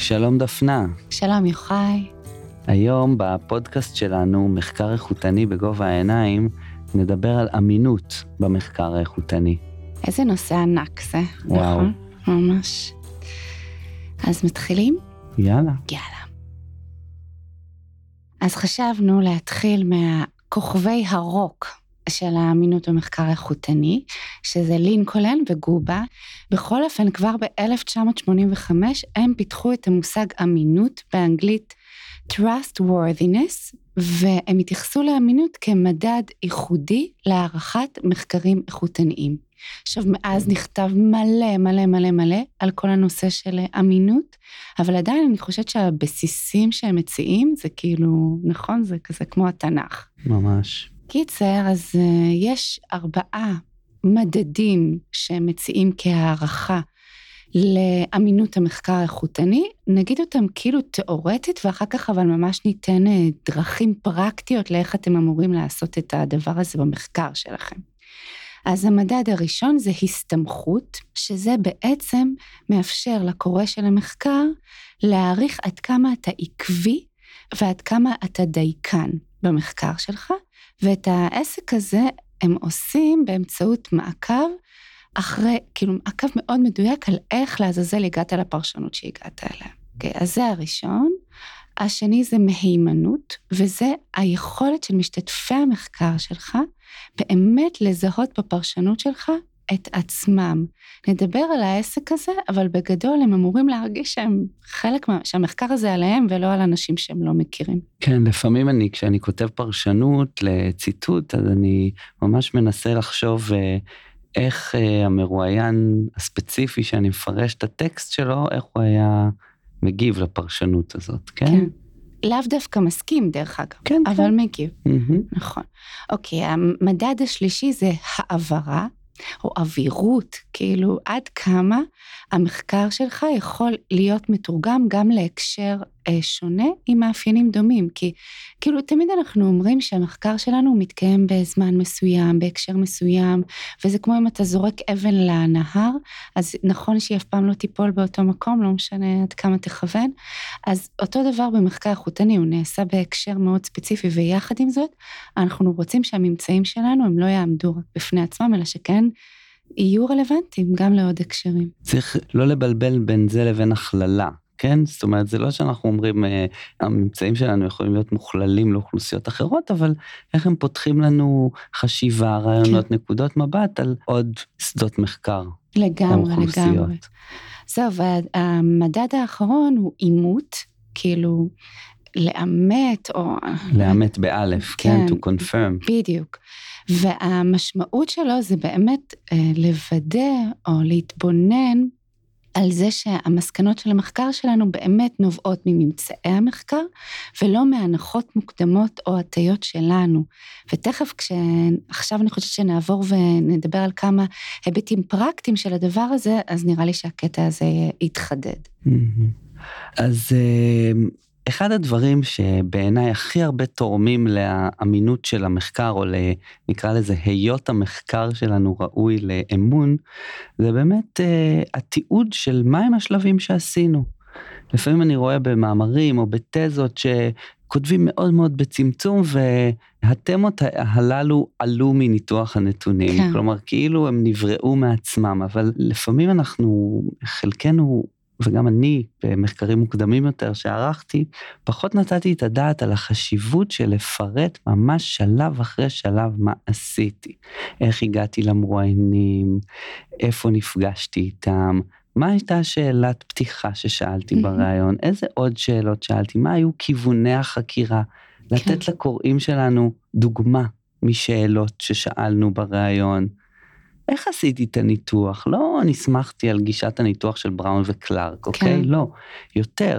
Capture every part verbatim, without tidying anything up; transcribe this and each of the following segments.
שלום דפנה. שלום יוחאי. היום בפודקאסט שלנו, מחקר איכותני בגובה העיניים, נדבר על אמינות במחקר האיכותני. איזה נושא ענק זה, וואו. נכון? ממש. אז מתחילים? יאללה. יאללה. אז חשבנו להתחיל מהכוכבי הרוק של האמינות במחקר האיכותני, שזה לינקולן וגובה. בכל אופן, כבר ב-אלף תשע מאות שמונים וחמש הם פיתחו את המושג אמינות באנגלית trustworthiness, והם התייחסו לאמינות כמדד ייחודי להערכת מחקרים איכותניים. עכשיו, מאז נכתב מלא מלא מלא מלא על כל הנושא של אמינות, אבל עדיין אני חושבת שהבסיסים שהם מציעים זה כאילו, נכון, זה כזה כמו התנ"ך. ממש. קיצר, אז uh, יש ארבעה מדדים שמציעים כהערכה לאמינות המחקר האיכותני, נגיד אותם כאילו תיאורטית, ואחר כך אבל ממש ניתן דרכים פרקטיות לאיך אתם אמורים לעשות את הדבר הזה במחקר שלכם. אז המדד הראשון זה הסתמכות, שזה בעצם מאפשר לקורא של המחקר להעריך עד כמה אתה עקבי ועד כמה אתה דייקן במחקר שלך, ואת העסק הזה הם עושים באמצעות מעקב, אחרי, כאילו מעקב מאוד מדויק על איך לעזאזל הגעת לפרשנות שהגעת אליה. אוקיי, אז זה הראשון. השני זה מהימנות, וזה היכולת של משתתפי המחקר שלך, באמת לזהות בפרשנות שלך את עצמם. נדבר על העסק הזה, אבל בגדול הם אמורים להרגיש שהם חלק מה, שהמחקר הזה עליהם ולא על אנשים שהם לא מכירים. כן, לפעמים אני, כשאני כותב פרשנות לציטוט, אז אני ממש מנסה לחשוב איך המרואיין הספציפי שאני מפרש את הטקסט שלו, איך הוא היה מגיב לפרשנות הזאת, כן? כן. לאו דווקא מסכים דרך אגב, כן, אבל כן. מגיב. Mm-hmm. נכון. אוקיי, המדד השלישי זה העברה, או אווירות, כאילו עד כמה המחקר שלך יכול להיות מתורגם גם להקשר אה, שונה עם מאפיינים דומים, כי כאילו תמיד אנחנו אומרים שהמחקר שלנו מתקיים בזמן מסוים, בהקשר מסוים, וזה כמו אם אתה זורק אבן לנהר, אז נכון שהיא אף פעם לא תיפול באותו מקום, לא משנה עד כמה תכוון, אז אותו דבר במחקר איכותני, הוא נעשה בהקשר מאוד ספציפי, ויחד עם זאת, אנחנו רוצים שהממצאים שלנו הם לא יעמדו רק בפני עצמם, אלא שכן יהיו רלוונטיים גם לעוד הקשרים. צריך לא לבלבל בין זה לבין הכללה, כן? זאת אומרת, זה לא שאנחנו אומרים, הממצאים שלנו יכולים להיות מוכללים לאוכלוסיות אחרות, אבל איך הם פותחים לנו חשיבה, רעיונות, כן. נקודות מבט על עוד שדות מחקר. לגמרי, לגמרי. זהו, והמדד האחרון הוא אימות, כאילו לאמת או... לאמת באלף, כן, to confirm. בדיוק. והמשמעות שלו זה באמת לוודא או להתבונן על זה שהמסקנות של המחקר שלנו באמת נובעות מממצאי המחקר, ולא מהנחות מוקדמות או הטיות שלנו. ותכף כשעכשיו אני חושבת שנעבור ונדבר על כמה היבטים פרקטיים של הדבר הזה, אז נראה לי שהקטע הזה יתחדד. אז אחד הדברים שבעיניי הכי הרבה תורמים לאמינות של המחקר, או נקרא לזה היות המחקר שלנו ראוי לאמון, זה באמת uh, התיעוד של מהם השלבים שעשינו. לפעמים אני רואה במאמרים או בתזות שכותבים מאוד מאוד בצמצום, והתמות הללו עלו מניתוח הנתונים. כן. כלומר, כאילו הם נבראו מעצמם, אבל לפעמים אנחנו, חלקנו, וגם אני, במחקרים מוקדמים יותר שערכתי, פחות נתתי את הדעת על החשיבות של לפרט ממש שלב אחרי שלב מה עשיתי. איך הגעתי למרואיינים, איפה נפגשתי איתם, מה הייתה שאלת פתיחה ששאלתי ברעיון, איזה עוד שאלות שאלתי, מה היו כיווני החקירה, לתת לקוראים שלנו דוגמה משאלות ששאלנו ברעיון, איך עשיתי את הניתוח? לא נסמכתי על גישת הניתוח של בראון וקלארק, אוקיי? לא. יותר.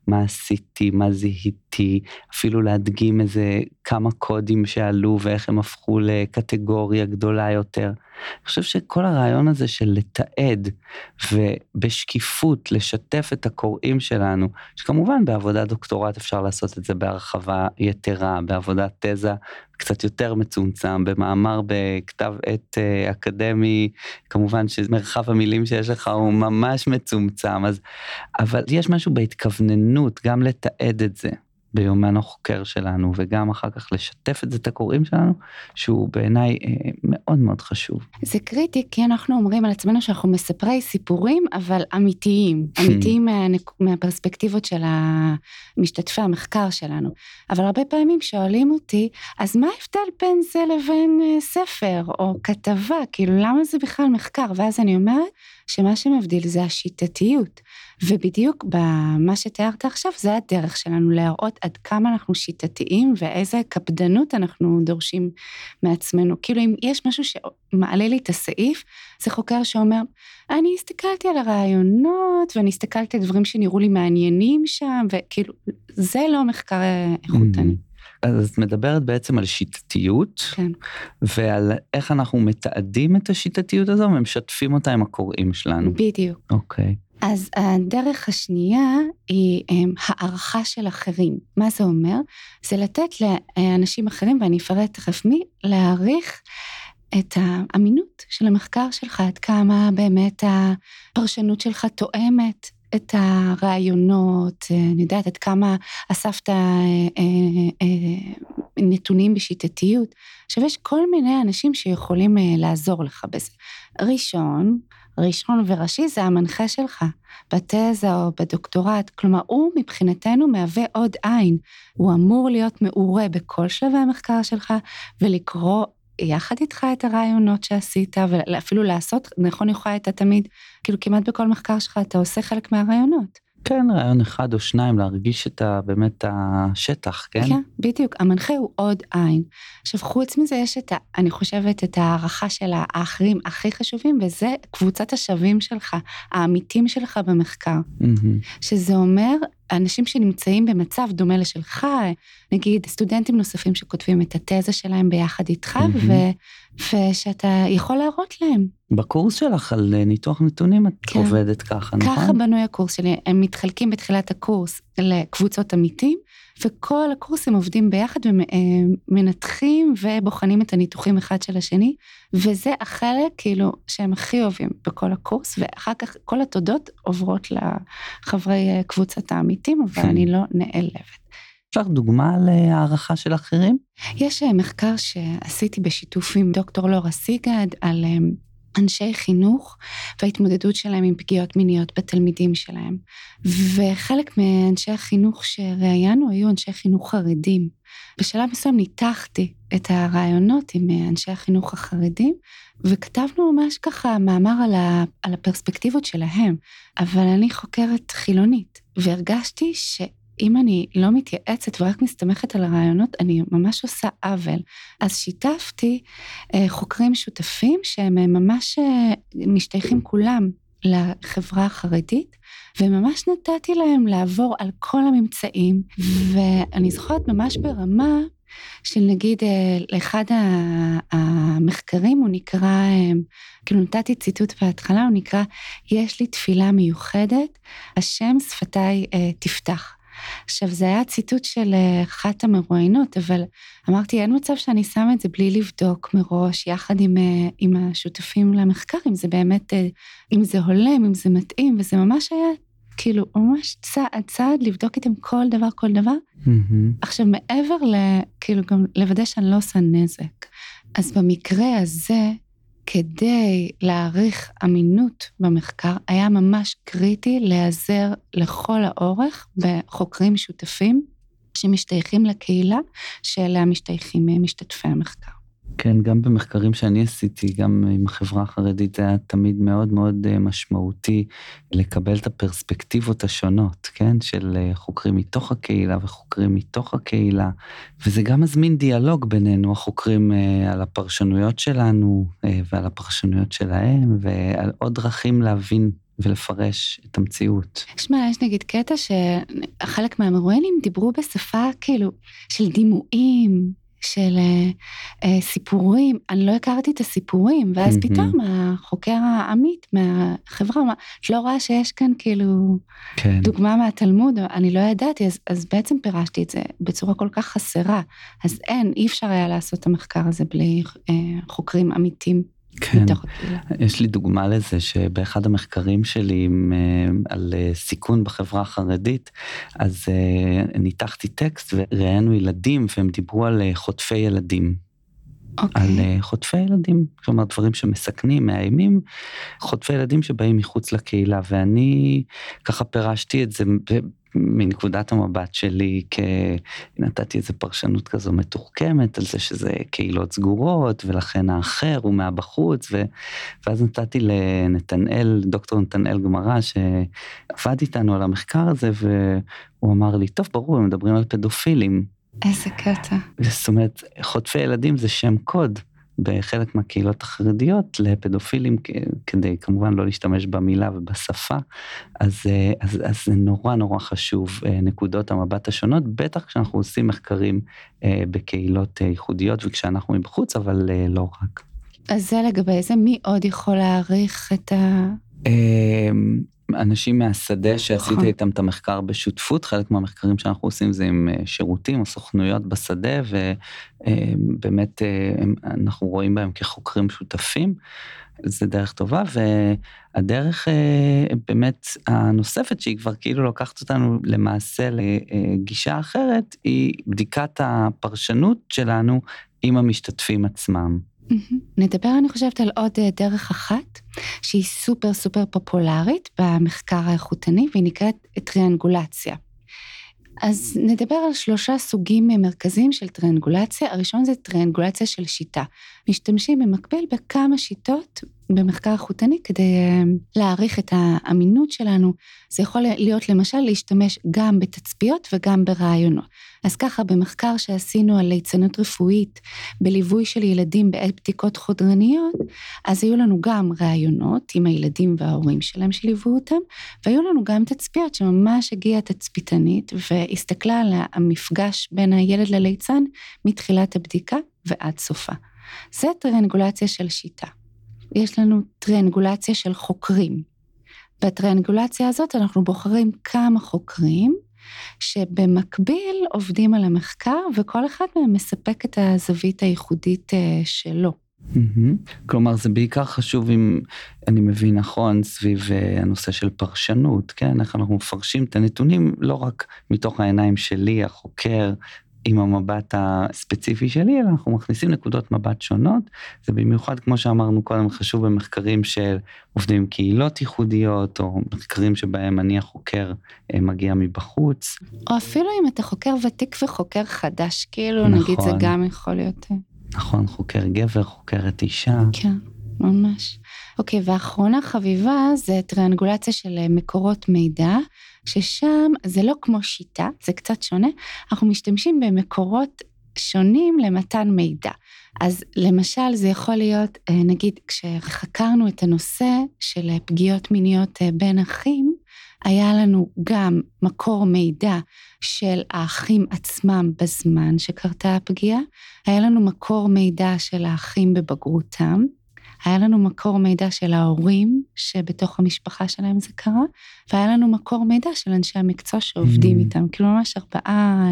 מה עשיתי, מה זיהיתי, אפילו להדגים איזה כמה קודים שעלו ואיך הם הפכו לקטגוריה גדולה יותר. אני חושב שכל הרעיון הזה של לתעד ובשקיפות לשתף את הקוראים שלנו, שכמובן בעבודת דוקטורט אפשר לעשות את זה בהרחבה יתרה, בעבודת תזה קצת יותר מצומצם, במאמר בכתב עת אקדמי, כמובן שמרחב המילים שיש לך הוא ממש מצומצם, אז, אבל יש משהו בהתכווננות גם לתעד את זה ביומן החוקר שלנו, וגם אחר כך לשתף את זה את הקוראים שלנו, שהוא בעיניי אה, מאוד מאוד חשוב. זה קריטי, כי אנחנו אומרים על עצמנו שאנחנו מספרי סיפורים, אבל אמיתיים, אמיתיים מה, מהפרספקטיבות של המשתתפי המחקר שלנו. אבל הרבה פעמים שואלים אותי, אז מה ההבדל בין זה לבין ספר או כתבה? כאילו, למה זה בכלל מחקר? ואז אני אומרת שמה שמבדיל זה השיטתיות. ובדיוק במה שתיארת עכשיו, זה הדרך שלנו להראות עד כמה אנחנו שיטתיים, ואיזה קפדנות אנחנו דורשים מעצמנו. כאילו אם יש משהו שמעלה לי את הסעיף, זה חוקר שאומר, אני הסתכלתי על הרעיונות, ואני הסתכלתי על דברים שנראו לי מעניינים שם, וכאילו, זה לא מחקר איכותני. אז את מדברת בעצם על שיטתיות, כן. ועל איך אנחנו מתעדים את השיטתיות הזו, ומשתפים אותה עם הקוראים שלנו. בדיוק. אוקיי. אז הדרך השנייה היא הערכה של אחרים. מה זה אומר? זה לתת לאנשים אחרים, ואני אפרט תכף מי, להעריך את האמינות של המחקר שלך, עד כמה באמת הפרשנות שלך תואמת את הרעיונות, אני יודעת עד כמה אספת נתונים בשיטתיות. עכשיו יש כל מיני אנשים שיכולים לעזור לך בזה. ראשון, ראשון וראשי זה המנחה שלך, בתזה או בדוקטורט, כלומר הוא מבחינתנו מהווה עוד עין, הוא אמור להיות מעורה בכל שלבי המחקר שלך, ולקרוא יחד איתך את הרעיונות שעשית, ואפילו לעשות, נכון יכולה הייתה תמיד, כאילו כמעט בכל מחקר שלך אתה עושה חלק מהרעיונות. כן, רעיון אחד או שניים, להרגיש את ה, באמת השטח, כן? כן, בדיוק, המנחה הוא עוד עין. עכשיו, חוץ מזה יש את, ה, אני חושבת, את הערכה של האחרים הכי חשובים, וזה קבוצת השווים שלך, העמיתים שלך במחקר. Mm-hmm. שזה אומר, אנשים שנמצאים במצב דומה לשלך, נגיד סטודנטים נוספים שכותבים את התזה שלהם ביחד איתך, mm-hmm. ו, ושאתה יכול להראות להם. בקורס שלך על ניתוח נתונים את כן. עובדת ככה, נכון? ככה בנוי הקורס שלי, הם מתחלקים בתחילת הקורס לקבוצות עמיתים, וכל הקורסים עובדים ביחד ומנתחים ובוחנים את הניתוחים אחד של השני, וזה החלק כאילו שהם הכי אוהבים בכל הקורס, ואחר כך כל התודות עוברות לחברי קבוצת העמיתים, אבל אני לא נעלבת. יש לך דוגמה להערכה של אחרים? יש מחקר שעשיתי בשיתוף עם דוקטור לורה סיגד על אנשי חינוך וההתמודדות שלהם עם פגיעות מיניות בתלמידים שלהם. וחלק מאנשי החינוך שראיינו היו אנשי חינוך חרדים. בשלב מסוים ניתחתי את הרעיונות עם אנשי החינוך החרדים, וכתבנו ממש ככה מאמר על, ה, על הפרספקטיבות שלהם, אבל אני חוקרת חילונית, והרגשתי ש... אם אני לא מתייעצת ורק מסתמכת על הרעיונות, אני ממש עושה עוול. אז שיתפתי חוקרים שותפים שהם ממש משתייכים כולם לחברה החרדית, וממש נתתי להם לעבור על כל הממצאים, ואני זוכרת ממש ברמה של נגיד, לאחד המחקרים הוא נקרא, כאילו נתתי ציטוט בהתחלה, הוא נקרא, יש לי תפילה מיוחדת, השם שפתיי תפתח. עכשיו, זה היה ציטוט של אחת המרואיינות, אבל אמרתי, אין מצב שאני שמה את זה בלי לבדוק מראש, יחד עם, עם השותפים למחקר, אם זה באמת, אם זה הולם, אם זה מתאים, וזה ממש היה, כאילו, ממש צעד, צעד, לבדוק איתם כל דבר, כל דבר. Mm-hmm. עכשיו, מעבר ל, כאילו, גם לוודא שאני לא עושה נזק. אז במקרה הזה, כדי להעריך אמינות במחקר, היה ממש קריטי להיעזר לכל האורך בחוקרים שותפים שמשתייכים לקהילה, שאלה משתייכים משתתפי המחקר. כן, גם במחקרים שאני עשיתי, גם עם החברה החרדית, זה היה תמיד מאוד מאוד משמעותי לקבל את הפרספקטיבות השונות, כן? של חוקרים מתוך הקהילה וחוקרים מתוך הקהילה, וזה גם מזמין דיאלוג בינינו, החוקרים על הפרשנויות שלנו ועל הפרשנויות שלהם, ועל עוד דרכים להבין ולפרש את המציאות. שמע, יש נגיד קטע שחלק מהמרואיינים דיברו בשפה כאילו של דימויים, של אה, סיפורים, אני לא הכרתי את הסיפורים, ואז פתאום החוקר העמית מהחברה, את לא רואה שיש כאן כאילו כן. דוגמה מהתלמוד, אני לא ידעתי, אז, אז בעצם פירשתי את זה בצורה כל כך חסרה, אז אין, אי אפשר היה לעשות את המחקר הזה בלי אה, חוקרים אמיתים. כן, יש לי דוגמה לזה שבאחד המחקרים שלי על סיכון בחברה החרדית, אז ניתחתי טקסט וראינו ילדים והם דיברו על חוטפי ילדים. Okay. על חוטפי ילדים, כלומר דברים שמסכנים, מאיימים, חוטפי ילדים שבאים מחוץ לקהילה, ואני ככה פירשתי את זה מנקודת המבט שלי, נתתי איזו פרשנות כזו מתוחכמת על זה שזה קהילות סגורות, ולכן האחר הוא מהבחוץ, ו... ואז נתתי לנתנאל, דוקטור נתנאל גמרא, שעבד איתנו על המחקר הזה, והוא אמר לי, טוב, ברור, הם מדברים על פדופילים. איזה קטע. זאת אומרת, חוטפי ילדים זה שם קוד, בחלק מהקהילות החרדיות לפדופילים, כדי כמובן לא להשתמש במילה ובשפה, אז, אז, אז זה נורא נורא חשוב, נקודות המבט השונות, בטח כשאנחנו עושים מחקרים בקהילות ייחודיות, וכשאנחנו מבחוץ, אבל לא רק. אז זה לגבי זה, מי עוד יכול להעריך את ה... אנשים מהשדה שעשית איתם את המחקר בשותפות, חלק מהמחקרים שאנחנו עושים זה עם שירותים או סוכנויות בשדה, ובאמת אנחנו רואים בהם כחוקרים שותפים, זה דרך טובה, והדרך באמת הנוספת שהיא כבר כאילו לוקחת אותנו למעשה לגישה אחרת, היא בדיקת הפרשנות שלנו עם המשתתפים עצמם. נדבר, אני חושבת, על עוד דרך אחת, שהיא סופר סופר פופולרית במחקר האיכותני, והיא נקראת טריאנגולציה. אז נדבר על שלושה סוגים מרכזיים של טריאנגולציה. הראשון זה טריאנגולציה של שיטה. משתמשים במקביל בכמה שיטות במחקר איכותני כדי להעריך את האמינות שלנו. זה יכול להיות למשל להשתמש גם בתצפיות וגם ברעיונות. אז ככה במחקר שעשינו על ליצנות רפואית בליווי של ילדים בעת בדיקות חודרניות, אז היו לנו גם רעיונות עם הילדים וההורים שלהם שליוו אותם, והיו לנו גם תצפיות שממש הגיעה תצפיתנית והסתכלה על המפגש בין הילד לליצן מתחילת הבדיקה ועד סופה. זה טריאנגולציה של שיטה. יש לנו טריאנגולציה של חוקרים. בטריאנגולציה הזאת אנחנו בוחרים כמה חוקרים, שבמקביל עובדים על המחקר, וכל אחד מהם מספק את הזווית הייחודית שלו. כלומר, זה בעיקר חשוב אם אני מבין נכון סביב הנושא של פרשנות, כן? איך אנחנו מפרשים את הנתונים, לא רק מתוך העיניים שלי, החוקר, עם המבט הספציפי שלי, אלא אנחנו מכניסים נקודות מבט שונות, זה במיוחד, כמו שאמרנו קודם, חשוב במחקרים של עובדים עם קהילות ייחודיות, או מחקרים שבהם אני החוקר מגיע מבחוץ. או אפילו אם אתה חוקר ותיק וחוקר חדש, כאילו נכון. נגיד זה גם יכול להיות. נכון, חוקר גבר, חוקרת אישה. כן, ממש. אוקיי, והאחרונה חביבה זה טריאנגולציה של מקורות מידע, ששם זה לא כמו שיטה, זה קצת שונה, אנחנו משתמשים במקורות שונים למתן מידע. אז למשל זה יכול להיות, נגיד כשחקרנו את הנושא של פגיעות מיניות בין אחים, היה לנו גם מקור מידע של האחים עצמם בזמן שקרתה הפגיעה, היה לנו מקור מידע של האחים בבגרותם, היה לנו מקור מידע של ההורים שבתוך המשפחה שלהם זה קרה, והיה לנו מקור מידע של אנשי המקצוע שעובדים איתם, כאילו ממש ארבעה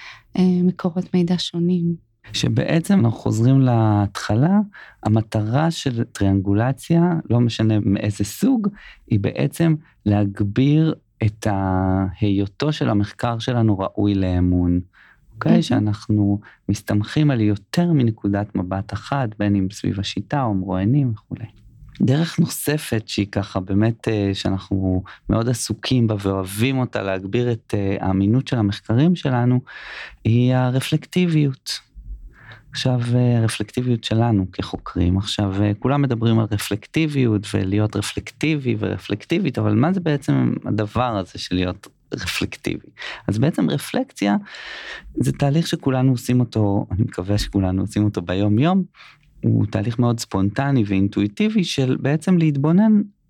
מקורות מידע שונים. שבעצם אנחנו חוזרים להתחלה, המטרה של טריאנגולציה, לא משנה מאיזה סוג, היא בעצם להגביר את ההיותו של המחקר שלנו ראוי לאמון. אוקיי? Okay, שאנחנו מסתמכים על יותר מנקודת מבט אחת, בין אם סביב השיטה או מרואיינים וכו'. דרך נוספת שהיא ככה באמת שאנחנו מאוד עסוקים בה ואוהבים אותה להגביר את האמינות של המחקרים שלנו, היא הרפלקטיביות. עכשיו, הרפלקטיביות שלנו כחוקרים, עכשיו כולם מדברים על רפלקטיביות ולהיות רפלקטיבי ורפלקטיבית, אבל מה זה בעצם הדבר הזה של להיות רפלקטיבי? אז בעצם רפלקציה זה תהליך שכולנו עושים אותו, אני מקווה שכולנו עושים אותו ביום יום, הוא תהליך מאוד ספונטני ואינטואיטיבי של בעצם להתבונן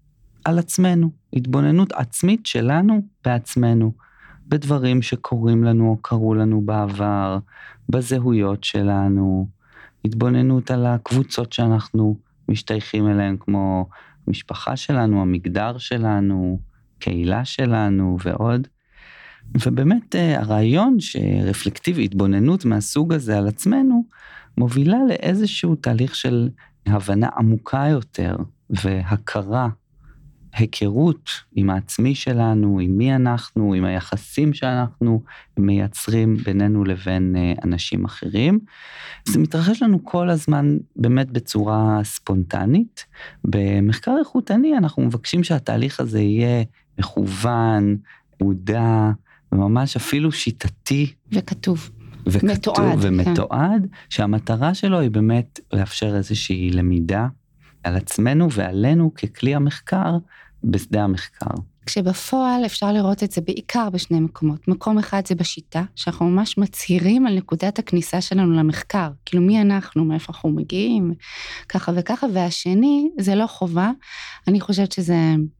על עצמנו, התבוננות עצמית שלנו בעצמנו, בדברים שקורים לנו או קרו לנו בעבר, בזהויות שלנו, התבוננות על הקבוצות שאנחנו משתייכים אליהן, כמו המשפחה שלנו, המגדר שלנו, קהילה שלנו ועוד. ובאמת הרעיון שרפלקטיבי, התבוננות מהסוג הזה על עצמנו, מובילה לאיזשהו תהליך של הבנה עמוקה יותר, והכרה, היכרות עם העצמי שלנו, עם מי אנחנו, עם היחסים שאנחנו מייצרים בינינו לבין אנשים אחרים. זה מתרחש לנו כל הזמן באמת בצורה ספונטנית. במחקר איכותני אנחנו מבקשים שהתהליך הזה יהיה מכוון, מודע, וממש אפילו שיטתי. וכתוב. וכתוב מתועד, ומתועד, כן. שהמטרה שלו היא באמת לאפשר איזושהי למידה על עצמנו ועלינו ככלי המחקר בשדה המחקר. כשבפועל אפשר לראות את זה בעיקר בשני מקומות. מקום אחד זה בשיטה, שאנחנו ממש מצהירים על נקודת הכניסה שלנו למחקר. כאילו מי אנחנו, מאיפה אנחנו מגיעים, ככה וככה. והשני, זה לא חובה. אני חושבת שזה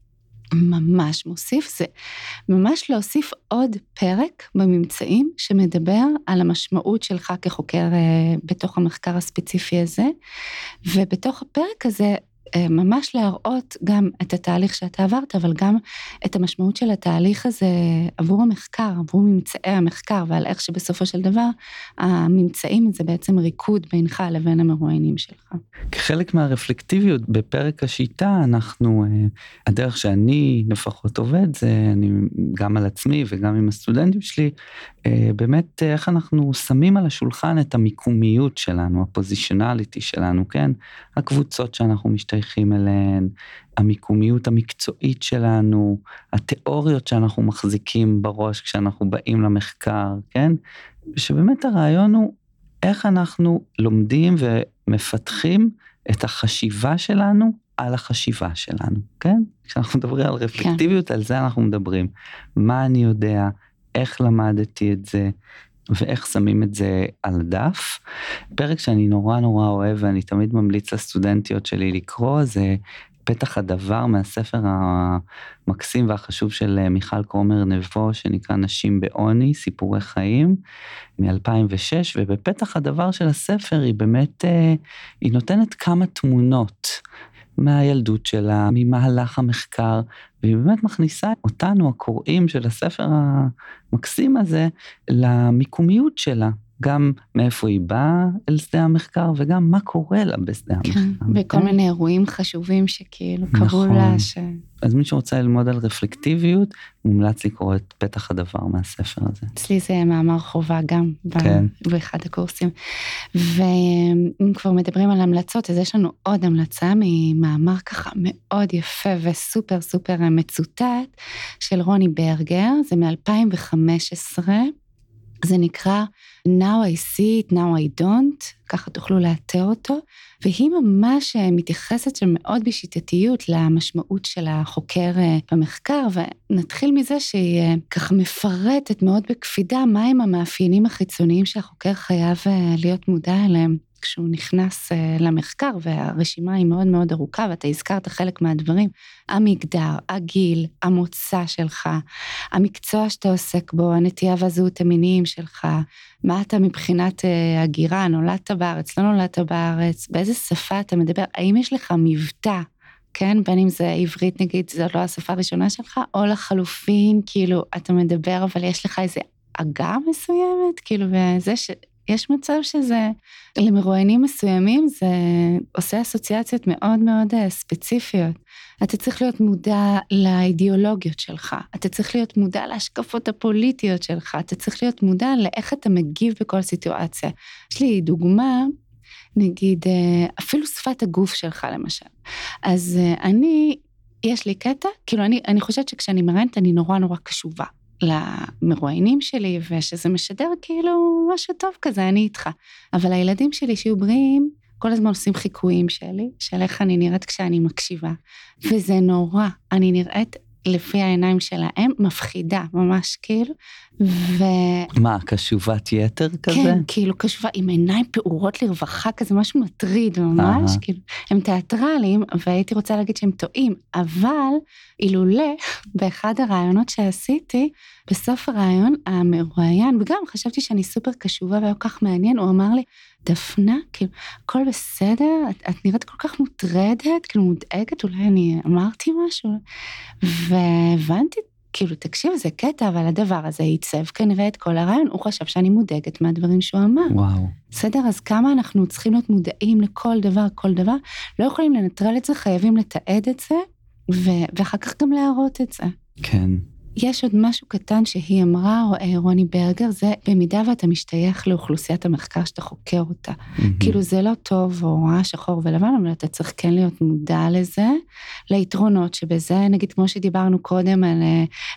ממש מוסיף, זה ממש להוסיף עוד פרק בממצאים שמדבר על המשמעות שלך כחוקר בתוך המחקר הספציפי הזה, ובתוך הפרק הזה ממש להראות גם את התהליך שאתה עברת, אבל גם את המשמעות של התהליך הזה עבור המחקר, עבור ממצאי המחקר, ועל איך שבסופו של דבר הממצאים זה בעצם ריקוד בינך לבין המרואיינים שלך. כחלק מהרפלקטיביות בפרק השיטה, אנחנו, הדרך שאני לפחות עובד, זה אני גם על עצמי וגם עם הסטודנטים שלי, באמת איך אנחנו שמים על השולחן את המיקומיות שלנו, הפוזיציונליטי שלנו, כן? הקבוצות שאנחנו משתייכים אליהן, המיקומיות המקצועית שלנו, התיאוריות שאנחנו מחזיקים בראש כשאנחנו באים למחקר, כן? שבאמת הרעיון הוא איך אנחנו לומדים ומפתחים את החשיבה שלנו על החשיבה שלנו, כן? כשאנחנו מדברים על רפלקטיביות, כן. על זה אנחנו מדברים. מה אני יודע, איך למדתי את זה, ואיך שמים את זה על דף. פרק שאני נורא נורא אוהב, ואני תמיד ממליץ לסטודנטיות שלי לקרוא, זה פתח הדבר מהספר המקסים והחשוב של מיכל קרומר נבו, שנקרא נשים בעוני, סיפורי חיים, מ-אלפיים ושש, ובפתח הדבר של הספר היא באמת, היא נותנת כמה תמונות מהילדות שלה, ממהלך המחקר, והיא באמת מכניסה אותנו, הקוראים של הספר המקסים הזה, למיקומיות שלה. גם מאיפה היא באה אל שדה המחקר, וגם מה קורה לה בשדה המחקר. וכל מיני אירועים חשובים שכאילו קראו לה. אז מי שרוצה ללמוד על רפלקטיביות, מומלץ לקרוא את פתח הדבר מהספר הזה. אצלי זה מאמר חובה גם, באחד הקורסים. ואם כבר מדברים על המלצות, אז יש לנו עוד המלצה ממאמר ככה מאוד יפה וסופר סופר מצוטט, של רוני ברגר, זה מ-אלפיים וחמש עשרה, זה נקרא Now I see it, now I don't, ככה תוכלו לאתר אותו, והיא ממש מתייחסת מאוד בשיטתיות למשמעות של החוקר במחקר, ונתחיל מזה שהיא ככה מפרטת מאוד בקפידה, מהם המאפיינים החיצוניים שהחוקר חייב להיות מודע אליהם, כשהוא נכנס למחקר, והרשימה היא מאוד מאוד ארוכה, ואתה הזכרת חלק מהדברים, המגדר, הגיל, המוצא שלך, המקצוע שאתה עוסק בו, הנטייה והזהות המיניים שלך, מה אתה מבחינת הגירה, נולדת בארץ, לא נולדת בארץ, באיזה שפה אתה מדבר, האם יש לך מבטא, כן, בין אם זה עברית נגיד, זו לא השפה הראשונה שלך, או לחלופין, כאילו, אתה מדבר, אבל יש לך איזה עגה מסוימת, כאילו, וזה ש... יש מצב שזה, למרואיינים מסוימים, זה עושה אסוציאציות מאוד מאוד ספציפיות. אתה צריך להיות מודע לאידיאולוגיות שלך, אתה צריך להיות מודע להשקפות הפוליטיות שלך, אתה צריך להיות מודע לאיך אתה מגיב בכל סיטואציה. יש לי דוגמה, נגיד, אפילו שפת הגוף שלך למשל. אז אני, יש לי קטע, כאילו אני, אני חושבת שכשאני מראיינת, אני נורא נורא קשובה. למרואיינים שלי, ושזה משדר כאילו משהו טוב כזה, אני איתך. אבל הילדים שלי שיהיו בריאים, כל הזמן עושים חיקויים שלי, של איך אני נראית כשאני מקשיבה. וזה נורא, אני נראית לפי העיניים שלהם, מפחידה, ממש כאילו, ו... מה, קשובת יתר כזה? כן, כאילו קשובה, עם עיניים פעורות לרווחה, כזה משהו מטריד ממש, Aha. כאילו, הם תיאטרלים, והייתי רוצה להגיד שהם טועים, אבל אילולא, באחד הרעיונות שעשיתי, בסוף הרעיון המרואיין, וגם חשבתי שאני סופר קשובה והיה כך מעניין, הוא אמר לי, דפנה, כאילו, הכל בסדר, את, את נראית כל כך מוטרדת, כאילו מודאגת, אולי אני אמרתי משהו, והבנתי, כאילו, תקשיב, זה קטע, אבל הדבר הזה ייצב כנראה את כל הרעיון, הוא חשב שאני מודאגת מהדברים שהוא אמר. וואו. בסדר, אז כמה אנחנו צריכים להיות מודעים לכל דבר, כל דבר, לא יכולים לנטרל את זה, חייבים לתעד את זה, ו- ואחר כך גם להראות את זה. כן. יש עוד משהו קטן שהיא אמרה, או רוני ברגר, זה במידה ואתה משתייך לאוכלוסיית המחקר שאתה חוקר אותה. Mm-hmm. כאילו זה לא טוב או רע, שחור ולבן, אבל אתה צריך כן להיות מודע לזה, ליתרונות שבזה, נגיד כמו שדיברנו קודם על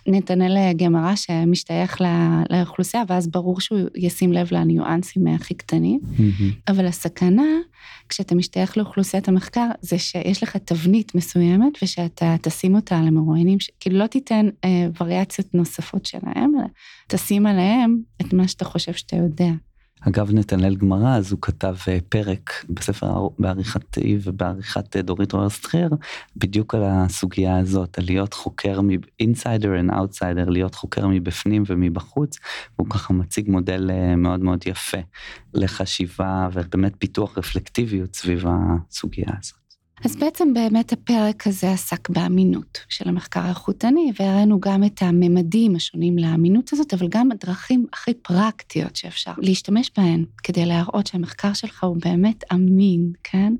נתנאל גמרא שמשתייך לא, לאוכלוסייה, ואז ברור שהוא ישים לב לניואנסים הכי קטנים, mm-hmm. אבל הסכנה, כשאתה משתייך לאוכלוסיית המחקר, זה שיש לך תבנית מסוימת, ושאתה תשים אותה על המרואיינים, כאילו לא תיתן אה, וריאציות נוספות שלהם, אלא תשים עליהם את מה שאתה חושב שאתה יודע. אגב, נתנאל גמרא, אז הוא כתב פרק בספר בעריכת אי ובעריכת דורית רוירסטריאר, בדיוק על הסוגיה הזאת, על להיות חוקר מ-insider and outsider, להיות חוקר מבפנים ומבחוץ, והוא ככה מציג מודל מאוד מאוד יפה לחשיבה, ובאמת פיתוח רפלקטיביות סביב הסוגיה הזאת. אז בעצם באמת הפרק הזה עסק באמינות של המחקר האיכותני, והראינו גם את הממדים השונים לאמינות הזאת, אבל גם הדרכים הכי פרקטיות שאפשר להשתמש בהן, כדי להראות שהמחקר שלך הוא באמת אמין, כן?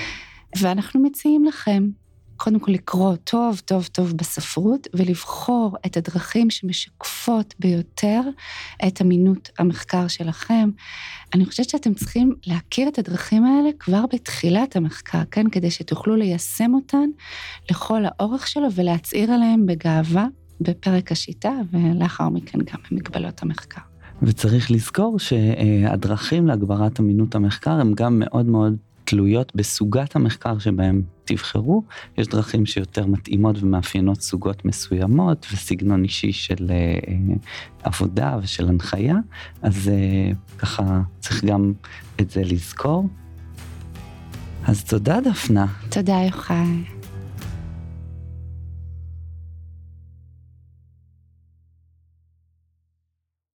ואנחנו מציעים לכם, קודם כל לקרוא טוב, טוב, טוב בספרות, ולבחור את הדרכים שמשקפות ביותר את אמינות המחקר שלכם. אני חושבת שאתם צריכים להכיר את הדרכים האלה כבר בתחילת המחקר, כן? כדי שתוכלו ליישם אותן לכל האורך שלו, ולהצעיר עליהם בגאווה בפרק השיטה, ולאחר מכן גם במגבלות המחקר. וצריך לזכור שהדרכים להגברת אמינות המחקר הם גם מאוד מאוד תלויות בסוגת המחקר שבהם תבחרו. יש דרכים שיותר מתאימות ומאפיינות סוגות מסוימות, וסגנון אישי של אה, עבודה ושל הנחיה, אז אה, ככה צריך גם את זה לזכור. אז תודה דפנה. תודה יוחאי.